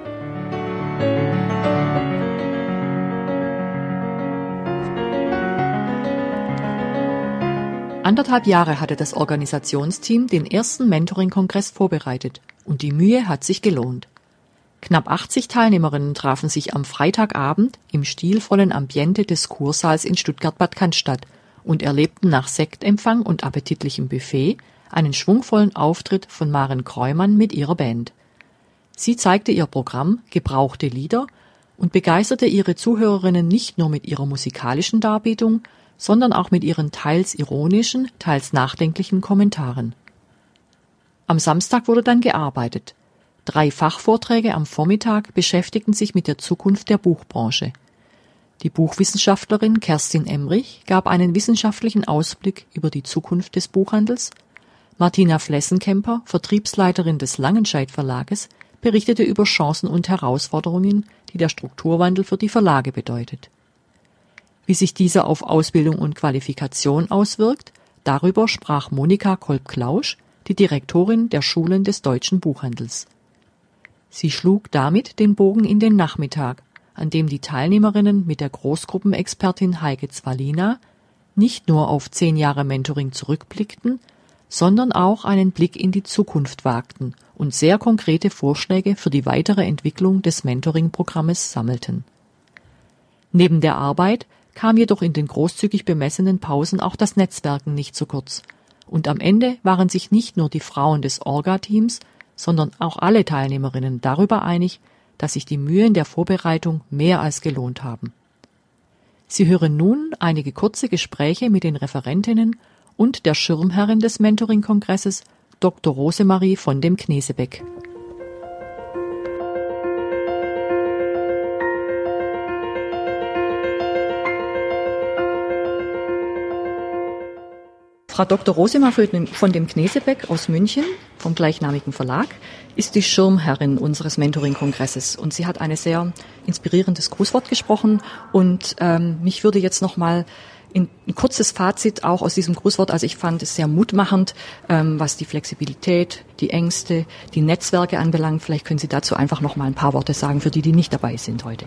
Anderthalb Jahre hatte das Organisationsteam den ersten Mentoring-Kongress vorbereitet und die Mühe hat sich gelohnt. Knapp 80 Teilnehmerinnen trafen sich am Freitagabend im stilvollen Ambiente des Kursaals in Stuttgart-Bad Cannstatt und erlebten nach Sektempfang und appetitlichem Buffet einen schwungvollen Auftritt von Maren Kreumann mit ihrer Band. Sie zeigte ihr Programm Gebrauchte Lieder und begeisterte ihre Zuhörerinnen nicht nur mit ihrer musikalischen Darbietung, sondern auch mit ihren teils ironischen, teils nachdenklichen Kommentaren. Am Samstag wurde dann gearbeitet. 3 Fachvorträge am Vormittag beschäftigten sich mit der Zukunft der Buchbranche. Die Buchwissenschaftlerin Kerstin Emrich gab einen wissenschaftlichen Ausblick über die Zukunft des Buchhandels. Martina Flessenkemper, Vertriebsleiterin des Langenscheidt Verlages, berichtete über Chancen und Herausforderungen, die der Strukturwandel für die Verlage bedeutet. Wie sich dieser auf Ausbildung und Qualifikation auswirkt, darüber sprach Monika Kolb-Klausch, die Direktorin der Schulen des deutschen Buchhandels. Sie schlug damit den Bogen in den Nachmittag, an dem die Teilnehmerinnen mit der Großgruppenexpertin Heike Zwalina nicht nur auf 10 Jahre Mentoring zurückblickten, sondern auch einen Blick in die Zukunft wagten und sehr konkrete Vorschläge für die weitere Entwicklung des Mentoring-Programmes sammelten. Neben der Arbeit kam jedoch in den großzügig bemessenen Pausen auch das Netzwerken nicht zu kurz. Und am Ende waren sich nicht nur die Frauen des Orga-Teams, sondern auch alle Teilnehmerinnen darüber einig, dass sich die Mühen der Vorbereitung mehr als gelohnt haben. Sie hören nun einige kurze Gespräche mit den Referentinnen und der Schirmherrin des Mentoring-Kongresses, Dr. Rosemarie von dem Knesebeck. Frau Dr. Rosemarie von dem Knesebeck aus München, vom gleichnamigen Verlag, ist die Schirmherrin unseres Mentoring-Kongresses. Und sie hat ein sehr inspirierendes Grußwort gesprochen. Und mich würde jetzt noch mal ein kurzes Fazit auch aus diesem Grußwort, also ich fand es sehr mutmachend, was die Flexibilität, die Ängste, die Netzwerke anbelangt. Vielleicht können Sie dazu einfach noch mal ein paar Worte sagen für die, die nicht dabei sind heute.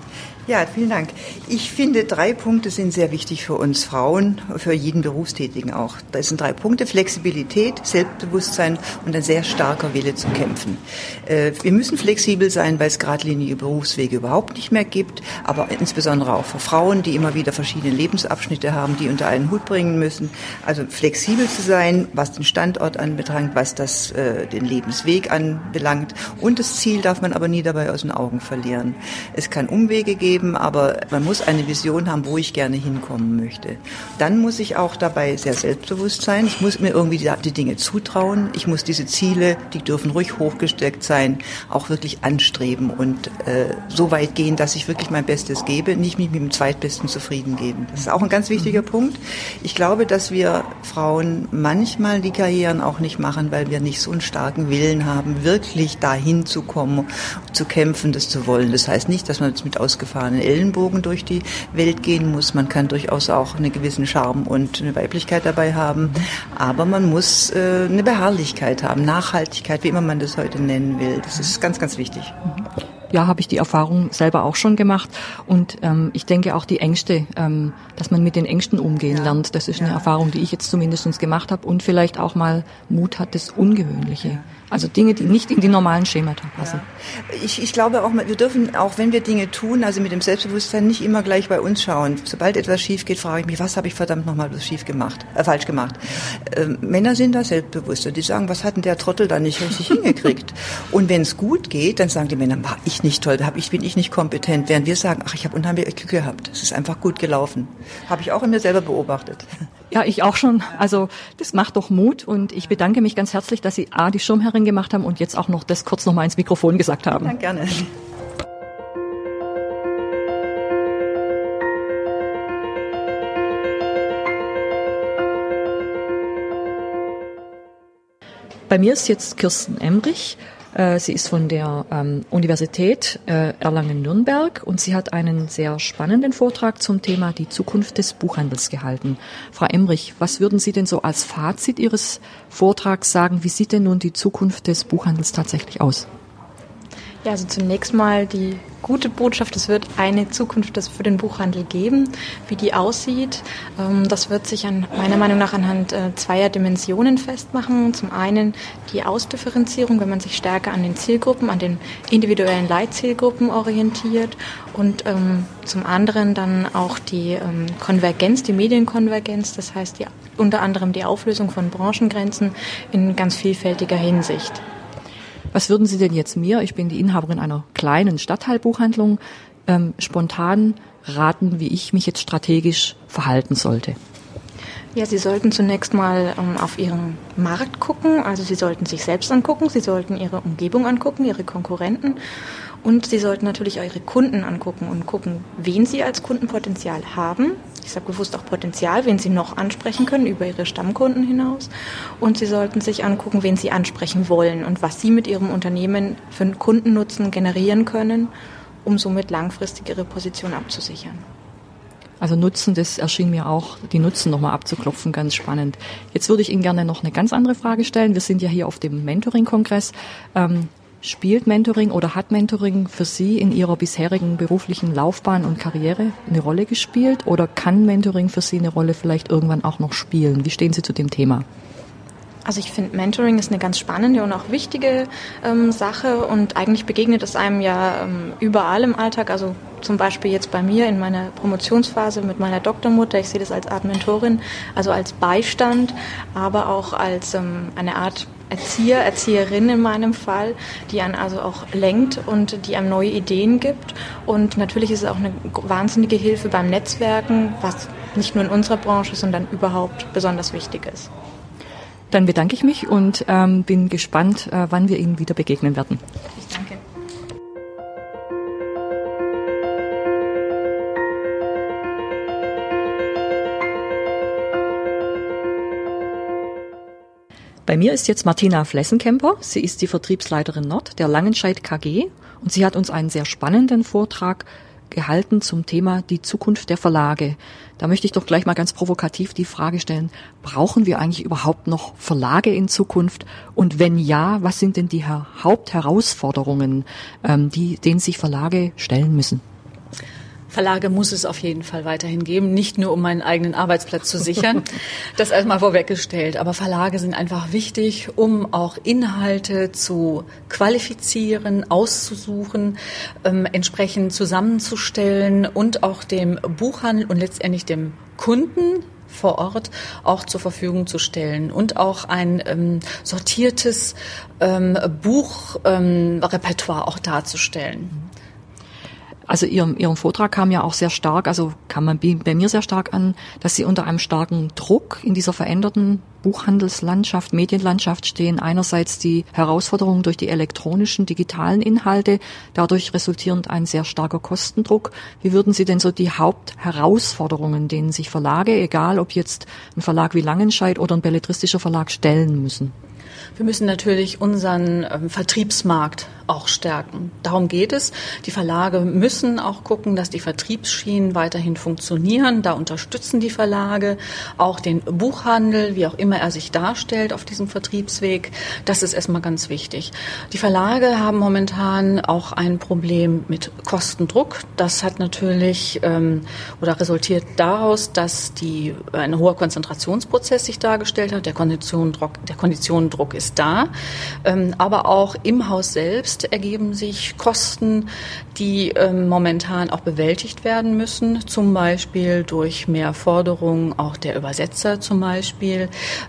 Ja, vielen Dank. Ich finde, 3 Punkte sind sehr wichtig für uns Frauen, für jeden Berufstätigen auch. Das sind 3 Punkte: Flexibilität, Selbstbewusstsein und ein sehr starker Wille zu kämpfen. Wir müssen flexibel sein, weil es geradlinige Berufswege überhaupt nicht mehr gibt, aber insbesondere auch für Frauen, die immer wieder verschiedene Lebensabschnitte haben, die unter einen Hut bringen müssen. Also flexibel zu sein, was den Standort anbelangt, was den Lebensweg anbelangt. Und das Ziel darf man aber nie dabei aus den Augen verlieren. Es kann Umwege geben, aber man muss eine Vision haben, wo ich gerne hinkommen möchte. Dann muss ich auch dabei sehr selbstbewusst sein. Ich muss mir irgendwie die Dinge zutrauen. Ich muss diese Ziele, die dürfen ruhig hochgesteckt sein, auch wirklich anstreben und so weit gehen, dass ich wirklich mein Bestes gebe, nicht mich mit dem Zweitbesten zufrieden geben. Das ist auch ein ganz wichtiger Punkt. Ich glaube, dass wir Frauen manchmal die Karrieren auch nicht machen, weil wir nicht so einen starken Willen haben, wirklich dahin zu kommen, zu kämpfen, das zu wollen. Das heißt nicht, dass man jetzt mit ausgefahrenen Ellenbogen durch die Welt gehen muss. Man kann durchaus auch einen gewissen Charme und eine Weiblichkeit dabei haben. Aber man muss eine Beharrlichkeit haben, Nachhaltigkeit, wie immer man das heute nennen will. Das ist ganz, ganz wichtig. Ja, habe ich die Erfahrung selber auch schon gemacht. Und ich denke auch die Ängste, dass man mit den Ängsten umgehen lernt. Das ist eine Erfahrung, die ich jetzt zumindest gemacht habe. Und vielleicht auch mal Mut hat, das Ungewöhnliche. Also Dinge, die nicht in die normalen Schemata passen. Ja. Ich glaube auch, wir dürfen auch, wenn wir Dinge tun, also mit dem Selbstbewusstsein nicht immer gleich bei uns schauen. Sobald etwas schief geht, frage ich mich, was habe ich verdammt nochmal falsch gemacht. Männer sind da selbstbewusster. Die sagen, was hat denn der Trottel da nicht richtig hingekriegt? Und wenn es gut geht, dann sagen die Männer, war ich nicht toll, bin ich nicht kompetent. Während wir sagen, ach, ich habe unheimlich Glück gehabt. Es ist einfach gut gelaufen. Habe ich auch in mir selber beobachtet. Ja, ich auch schon. Also das macht doch Mut und ich bedanke mich ganz herzlich, dass Sie die Schirmherrin gemacht haben und jetzt auch noch das kurz noch mal ins Mikrofon gesagt haben. Ja, gerne. Bei mir ist jetzt Kirsten Emrich. Sie ist von der Universität Erlangen-Nürnberg und sie hat einen sehr spannenden Vortrag zum Thema die Zukunft des Buchhandels gehalten. Frau Emrich, was würden Sie denn so als Fazit Ihres Vortrags sagen? Wie sieht denn nun die Zukunft des Buchhandels tatsächlich aus? Ja, also zunächst mal die gute Botschaft, es wird eine Zukunft für den Buchhandel geben. Wie die aussieht, das wird sich meiner Meinung nach anhand zweier Dimensionen festmachen. Zum einen die Ausdifferenzierung, wenn man sich stärker an den Zielgruppen, an den individuellen Leitzielgruppen orientiert und zum anderen dann auch die Konvergenz, die Medienkonvergenz, das heißt unter anderem die Auflösung von Branchengrenzen in ganz vielfältiger Hinsicht. Was würden Sie denn jetzt mir, ich bin die Inhaberin einer kleinen Stadtteilbuchhandlung, spontan raten, wie ich mich jetzt strategisch verhalten sollte? Ja, Sie sollten zunächst mal auf Ihren Markt gucken, also Sie sollten sich selbst angucken, Sie sollten Ihre Umgebung angucken, Ihre Konkurrenten und Sie sollten natürlich auch Ihre Kunden angucken und gucken, wen Sie als Kundenpotenzial haben. Ich sage bewusst auch Potenzial, wen Sie noch ansprechen können über Ihre Stammkunden hinaus. Und Sie sollten sich angucken, wen Sie ansprechen wollen und was Sie mit Ihrem Unternehmen für einen Kundennutzen generieren können, um somit langfristig Ihre Position abzusichern. Also Nutzen, das erschien mir auch, die Nutzen nochmal abzuklopfen, ganz spannend. Jetzt würde ich Ihnen gerne noch eine ganz andere Frage stellen. Wir sind ja hier auf dem Mentoring-Kongress. Spielt Mentoring oder hat Mentoring für Sie in Ihrer bisherigen beruflichen Laufbahn und Karriere eine Rolle gespielt oder kann Mentoring für Sie eine Rolle vielleicht irgendwann auch noch spielen? Wie stehen Sie zu dem Thema? Also ich finde, Mentoring ist eine ganz spannende und auch wichtige Sache und eigentlich begegnet es einem ja überall im Alltag, also zum Beispiel jetzt bei mir in meiner Promotionsphase mit meiner Doktormutter. Ich sehe das als Art Mentorin, also als Beistand, aber auch als eine Art Erzieherin in meinem Fall, die einen also auch lenkt und die einem neue Ideen gibt. Und natürlich ist es auch eine wahnsinnige Hilfe beim Netzwerken, was nicht nur in unserer Branche, sondern überhaupt besonders wichtig ist. Dann bedanke ich mich und bin gespannt, wann wir Ihnen wieder begegnen werden. Ich danke. Bei mir ist jetzt Martina Flessenkemper. Sie ist die Vertriebsleiterin Nord der Langenscheidt KG und sie hat uns einen sehr spannenden Vortrag gehalten zum Thema die Zukunft der Verlage. Da möchte ich doch gleich mal ganz provokativ die Frage stellen, brauchen wir eigentlich überhaupt noch Verlage in Zukunft? Und wenn ja, was sind denn die Hauptherausforderungen, denen sich Verlage stellen müssen? Verlage muss es auf jeden Fall weiterhin geben, nicht nur um meinen eigenen Arbeitsplatz zu sichern, das erstmal vorweggestellt, aber Verlage sind einfach wichtig, um auch Inhalte zu qualifizieren, auszusuchen, entsprechend zusammenzustellen und auch dem Buchhandel und letztendlich dem Kunden vor Ort auch zur Verfügung zu stellen und auch ein sortiertes Buchrepertoire auch darzustellen. Also Ihrem Vortrag kam ja auch sehr stark, also kam man bei mir sehr stark an, dass Sie unter einem starken Druck in dieser veränderten Buchhandelslandschaft, Medienlandschaft stehen. Einerseits die Herausforderungen durch die elektronischen, digitalen Inhalte, dadurch resultierend ein sehr starker Kostendruck. Wie würden Sie denn so die Hauptherausforderungen, denen sich Verlage, egal ob jetzt ein Verlag wie Langenscheidt oder ein belletristischer Verlag, stellen müssen? Wir müssen natürlich unseren Vertriebsmarkt auch stärken. Darum geht es. Die Verlage müssen auch gucken, dass die Vertriebsschienen weiterhin funktionieren. Da unterstützen die Verlage auch den Buchhandel, wie auch immer er sich darstellt auf diesem Vertriebsweg. Das ist erstmal ganz wichtig. Die Verlage haben momentan auch ein Problem mit Kostendruck. Das hat natürlich oder resultiert daraus, dass ein hoher Konzentrationsprozess sich dargestellt hat. Der Konditionendruck ist da. Aber auch im Haus selbst ergeben sich Kosten, die momentan auch bewältigt werden müssen, zum Beispiel durch mehr Forderungen auch der Übersetzer zum Beispiel.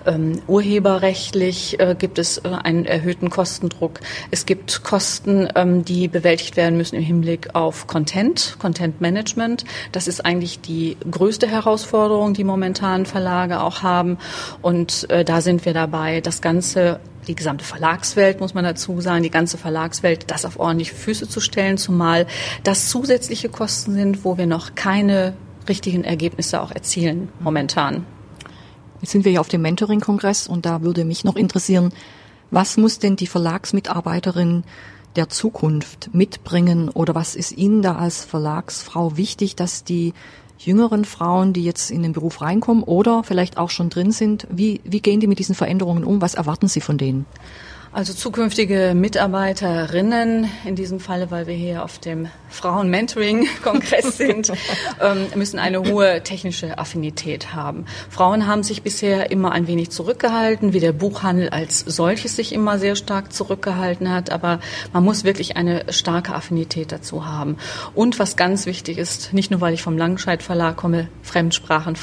Urheberrechtlich gibt es einen erhöhten Kostendruck. Es gibt Kosten, die bewältigt werden müssen im Hinblick auf Content Management. Das ist eigentlich die größte Herausforderung, die momentan Verlage auch haben. Und da sind wir dabei, die gesamte Verlagswelt, muss man dazu sagen, die ganze Verlagswelt, das auf ordentliche Füße zu stellen, zumal das zusätzliche Kosten sind, wo wir noch keine richtigen Ergebnisse auch erzielen momentan. Jetzt sind wir ja auf dem Mentoring-Kongress und da würde mich noch interessieren, was muss denn die Verlagsmitarbeiterin der Zukunft mitbringen oder was ist Ihnen da als Verlagsfrau wichtig, dass die jüngeren Frauen, die jetzt in den Beruf reinkommen oder vielleicht auch schon drin sind, wie gehen die mit diesen Veränderungen um? Was erwarten Sie von denen? Also zukünftige Mitarbeiterinnen, in diesem Falle, weil wir hier auf dem Frauen-Mentoring-Kongress sind, müssen eine hohe technische Affinität haben. Frauen haben sich bisher immer ein wenig zurückgehalten, wie der Buchhandel als solches sich immer sehr stark zurückgehalten hat, aber man muss wirklich eine starke Affinität dazu haben. Und was ganz wichtig ist, nicht nur weil ich vom Langenscheidt Verlag komme, Fremdsprachen.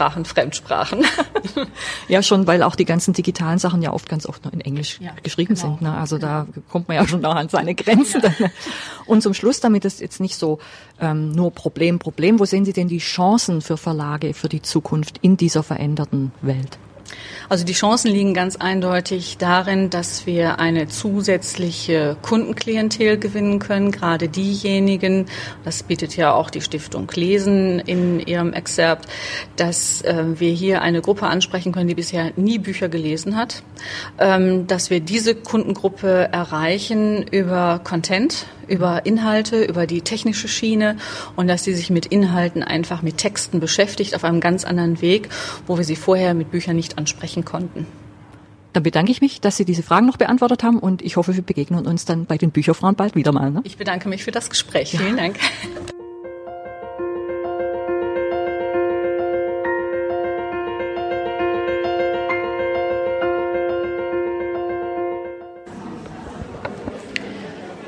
Ja, schon, weil auch die ganzen digitalen Sachen ja ganz oft noch in Englisch geschrieben sind. Ne? Also da kommt man ja schon noch an seine Grenzen. Ja. Und zum Schluss, damit es jetzt nicht so nur Problem, wo sehen Sie denn die Chancen für Verlage für die Zukunft in dieser veränderten Welt? Also die Chancen liegen ganz eindeutig darin, dass wir eine zusätzliche Kundenklientel gewinnen können, gerade diejenigen, das bietet ja auch die Stiftung Lesen in ihrem Exzerpt, dass wir hier eine Gruppe ansprechen können, die bisher nie Bücher gelesen hat, dass wir diese Kundengruppe erreichen über Content, über Inhalte, über die technische Schiene und dass sie sich mit Inhalten einfach mit Texten beschäftigt auf einem ganz anderen Weg, wo wir sie vorher mit Büchern nicht ansprechen konnten. Dann bedanke ich mich, dass Sie diese Fragen noch beantwortet haben und ich hoffe, wir begegnen uns dann bei den Bücherfrauen bald wieder mal. Ne? Ich bedanke mich für das Gespräch. Vielen Dank.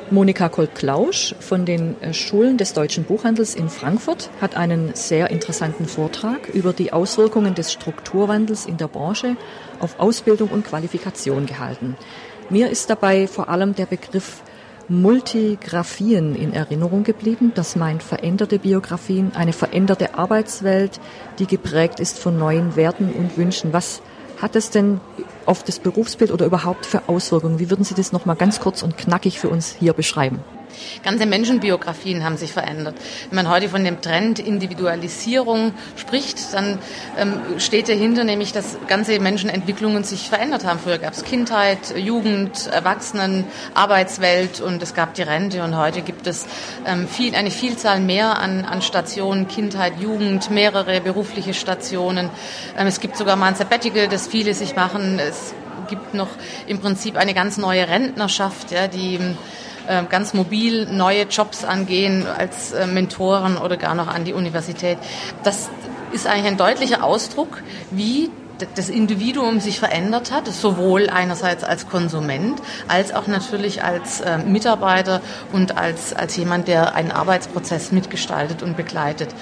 Monika Kolb-Klausch von den Schulen des Deutschen Buchhandels in Frankfurt hat einen sehr interessanten Vortrag über die Auswirkungen des Strukturwandels in der Branche auf Ausbildung und Qualifikation gehalten. Mir ist dabei vor allem der Begriff Multigraphien in Erinnerung geblieben. Das meint veränderte Biografien, eine veränderte Arbeitswelt, die geprägt ist von neuen Werten und Wünschen. Was hat es denn auf das Berufsbild oder überhaupt für Auswirkungen? Wie würden Sie das nochmal ganz kurz und knackig für uns hier beschreiben? Ganze Menschenbiografien haben sich verändert. Wenn man heute von dem Trend Individualisierung spricht, dann steht dahinter nämlich, dass ganze Menschenentwicklungen sich verändert haben. Früher gab es Kindheit, Jugend, Erwachsenen, Arbeitswelt und es gab die Rente und heute gibt es eine Vielzahl mehr an Stationen, Kindheit, Jugend, mehrere berufliche Stationen. Es gibt sogar mal ein Sabbatical, das viele sich machen. Es gibt noch im Prinzip eine ganz neue Rentnerschaft, ja, die ganz mobil neue Jobs angehen als Mentoren oder gar noch an die Universität. Das ist eigentlich ein deutlicher Ausdruck, wie das Individuum sich verändert hat, sowohl einerseits als Konsument, als auch natürlich als Mitarbeiter und als jemand, der einen Arbeitsprozess mitgestaltet und begleitet.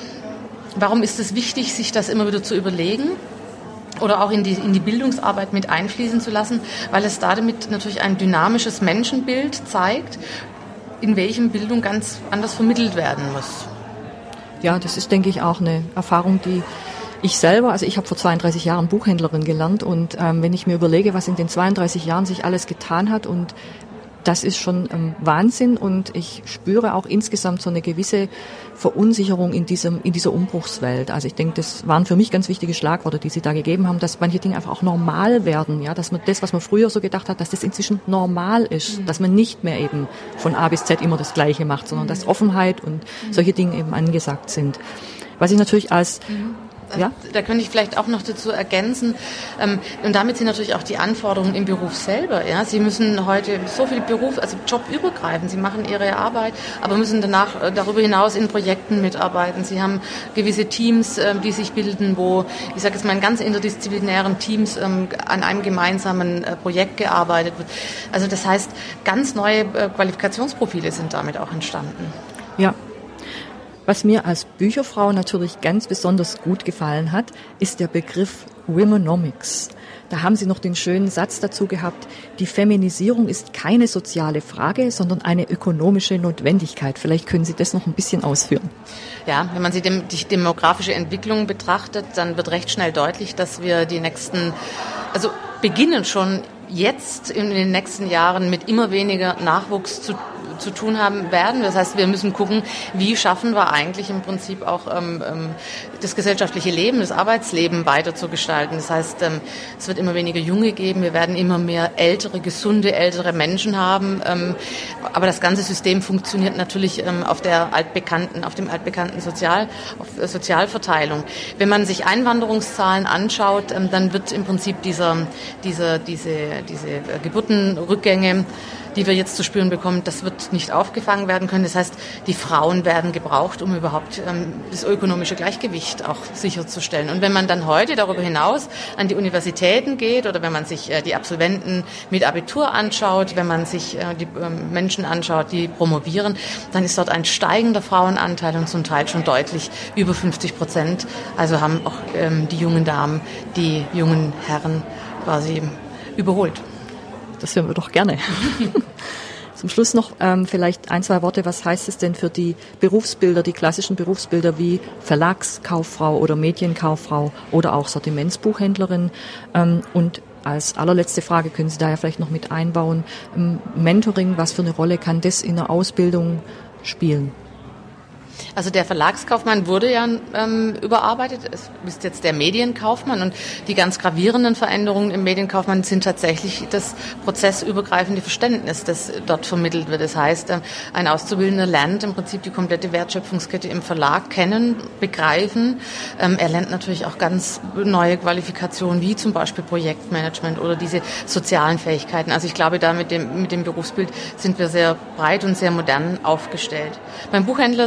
Warum ist es wichtig, sich das immer wieder zu überlegen? Oder auch in die Bildungsarbeit mit einfließen zu lassen, weil es damit natürlich ein dynamisches Menschenbild zeigt, in welchem Bildung ganz anders vermittelt werden muss. Ja, das ist, denke ich, auch eine Erfahrung, die ich selber, also ich habe vor 32 Jahren Buchhändlerin gelernt und wenn ich mir überlege, was in den 32 Jahren sich alles getan hat und das ist schon Wahnsinn und ich spüre auch insgesamt so eine gewisse Verunsicherung in dieser Umbruchswelt. Also ich denke, das waren für mich ganz wichtige Schlagworte, die Sie da gegeben haben, dass manche Dinge einfach auch normal werden, ja, dass man das, was man früher so gedacht hat, dass das inzwischen normal ist, dass man nicht mehr eben von A bis Z immer das Gleiche macht, sondern dass Offenheit und solche Dinge eben angesagt sind. Was ich natürlich als ja? Da könnte ich vielleicht auch noch dazu ergänzen. Und damit sind natürlich auch die Anforderungen im Beruf selber. Ja? Sie müssen heute so viel jobübergreifend, Sie machen Ihre Arbeit, aber müssen danach darüber hinaus in Projekten mitarbeiten. Sie haben gewisse Teams, die sich bilden, wo, ich sage jetzt mal, in ganz interdisziplinären Teams an einem gemeinsamen Projekt gearbeitet wird. Also das heißt, ganz neue Qualifikationsprofile sind damit auch entstanden. Ja. Was mir als Bücherfrau natürlich ganz besonders gut gefallen hat, ist der Begriff Womenomics. Da haben Sie noch den schönen Satz dazu gehabt, die Feminisierung ist keine soziale Frage, sondern eine ökonomische Notwendigkeit. Vielleicht können Sie das noch ein bisschen ausführen. Ja, wenn man sich die demografische Entwicklung betrachtet, dann wird recht schnell deutlich, dass wir beginnen schon jetzt in den nächsten Jahren mit immer weniger Nachwuchs zu tun haben werden. Das heißt, wir müssen gucken, wie schaffen wir eigentlich im Prinzip auch das gesellschaftliche Leben, das Arbeitsleben weiter zu gestalten. Das heißt, es wird immer weniger Junge geben, wir werden immer mehr gesunde ältere Menschen haben. Aber das ganze System funktioniert natürlich auf dem altbekannten Sozialverteilung. Wenn man sich Einwanderungszahlen anschaut, dann wird im Prinzip diese Geburtenrückgänge, die wir jetzt zu spüren bekommen, das wird nicht aufgefangen werden können. Das heißt, die Frauen werden gebraucht, um überhaupt das ökonomische Gleichgewicht auch sicherzustellen. Und wenn man dann heute darüber hinaus an die Universitäten geht oder wenn man sich die Absolventen mit Abitur anschaut, wenn man sich die Menschen anschaut, die promovieren, dann ist dort ein steigender Frauenanteil und zum Teil schon deutlich über 50%. Also haben auch die jungen Damen, die jungen Herren quasi überholt. Das hören wir doch gerne. Zum Schluss noch vielleicht ein, zwei Worte. Was heißt es denn für die Berufsbilder, die klassischen Berufsbilder wie Verlagskauffrau oder Medienkauffrau oder auch Sortimentsbuchhändlerin? Und als allerletzte Frage können Sie da ja vielleicht noch mit einbauen. Mentoring, was für eine Rolle kann das in der Ausbildung spielen? Also der Verlagskaufmann wurde ja überarbeitet, es ist jetzt der Medienkaufmann und die ganz gravierenden Veränderungen im Medienkaufmann sind tatsächlich das prozessübergreifende Verständnis, das dort vermittelt wird. Das heißt, ein Auszubildender lernt im Prinzip die komplette Wertschöpfungskette im Verlag kennen, begreifen. Er lernt natürlich auch ganz neue Qualifikationen wie zum Beispiel Projektmanagement oder diese sozialen Fähigkeiten. Also ich glaube, da mit dem Berufsbild sind wir sehr breit und sehr modern aufgestellt. Beim Buchhändler sind wir im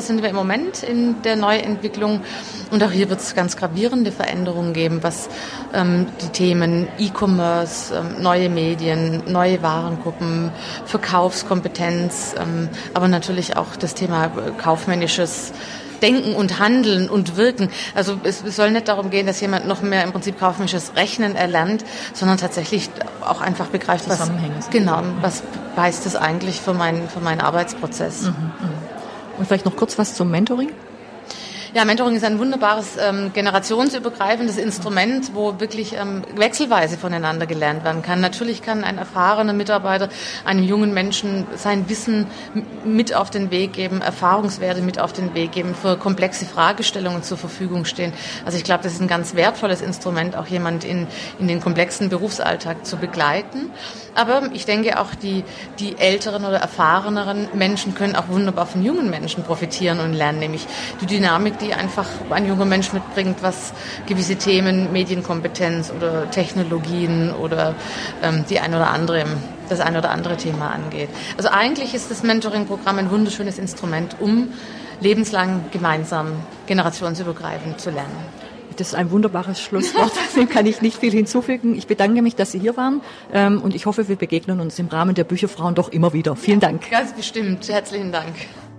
Moment in der Neuentwicklung. Und auch hier wird es ganz gravierende Veränderungen geben, was die Themen E-Commerce, neue Medien, neue Warengruppen, Verkaufskompetenz, aber natürlich auch das Thema kaufmännisches Denken und Handeln und Wirken. Also es soll nicht darum gehen, dass jemand noch mehr im Prinzip kaufmännisches Rechnen erlernt, sondern tatsächlich auch einfach begreift, was heißt das eigentlich für meinen Arbeitsprozess. Und vielleicht noch kurz was zum Mentoring? Ja, Mentoring ist ein wunderbares generationsübergreifendes Instrument, wo wirklich wechselweise voneinander gelernt werden kann. Natürlich kann ein erfahrener Mitarbeiter einem jungen Menschen sein Wissen mit auf den Weg geben, Erfahrungswerte mit auf den Weg geben, für komplexe Fragestellungen zur Verfügung stehen. Also ich glaube, das ist ein ganz wertvolles Instrument, auch jemand in den komplexen Berufsalltag zu begleiten. Aber ich denke auch, die älteren oder erfahreneren Menschen können auch wunderbar von jungen Menschen profitieren und lernen, nämlich die Dynamik, die einfach ein junger Mensch mitbringt, was gewisse Themen, Medienkompetenz oder Technologien oder das ein oder andere Thema angeht. Also eigentlich ist das Mentoring-Programm ein wunderschönes Instrument, um lebenslang gemeinsam generationsübergreifend zu lernen. Das ist ein wunderbares Schlusswort, dem kann ich nicht viel hinzufügen. Ich bedanke mich, dass Sie hier waren und ich hoffe, wir begegnen uns im Rahmen der Bücherfrauen doch immer wieder. Vielen Dank. Ganz bestimmt. Herzlichen Dank.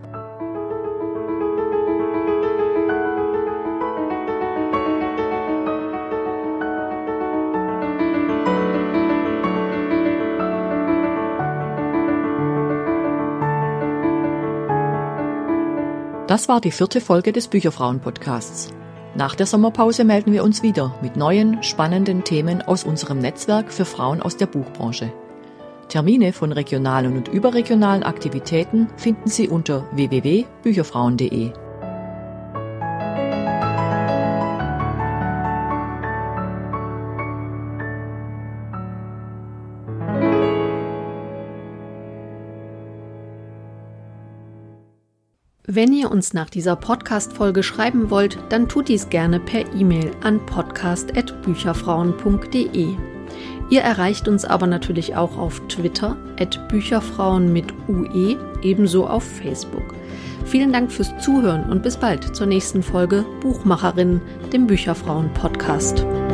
Das war die 4. Folge des Bücherfrauen-Podcasts. Nach der Sommerpause melden wir uns wieder mit neuen, spannenden Themen aus unserem Netzwerk für Frauen aus der Buchbranche. Termine von regionalen und überregionalen Aktivitäten finden Sie unter www.bücherfrauen.de. Wenn ihr uns nach dieser Podcast-Folge schreiben wollt, dann tut dies gerne per E-Mail an podcast@bücherfrauen.de. Ihr erreicht uns aber natürlich auch auf Twitter @bücherfrauen mit UE, ebenso auf Facebook. Vielen Dank fürs Zuhören und bis bald zur nächsten Folge Buchmacherinnen, dem Bücherfrauen-Podcast.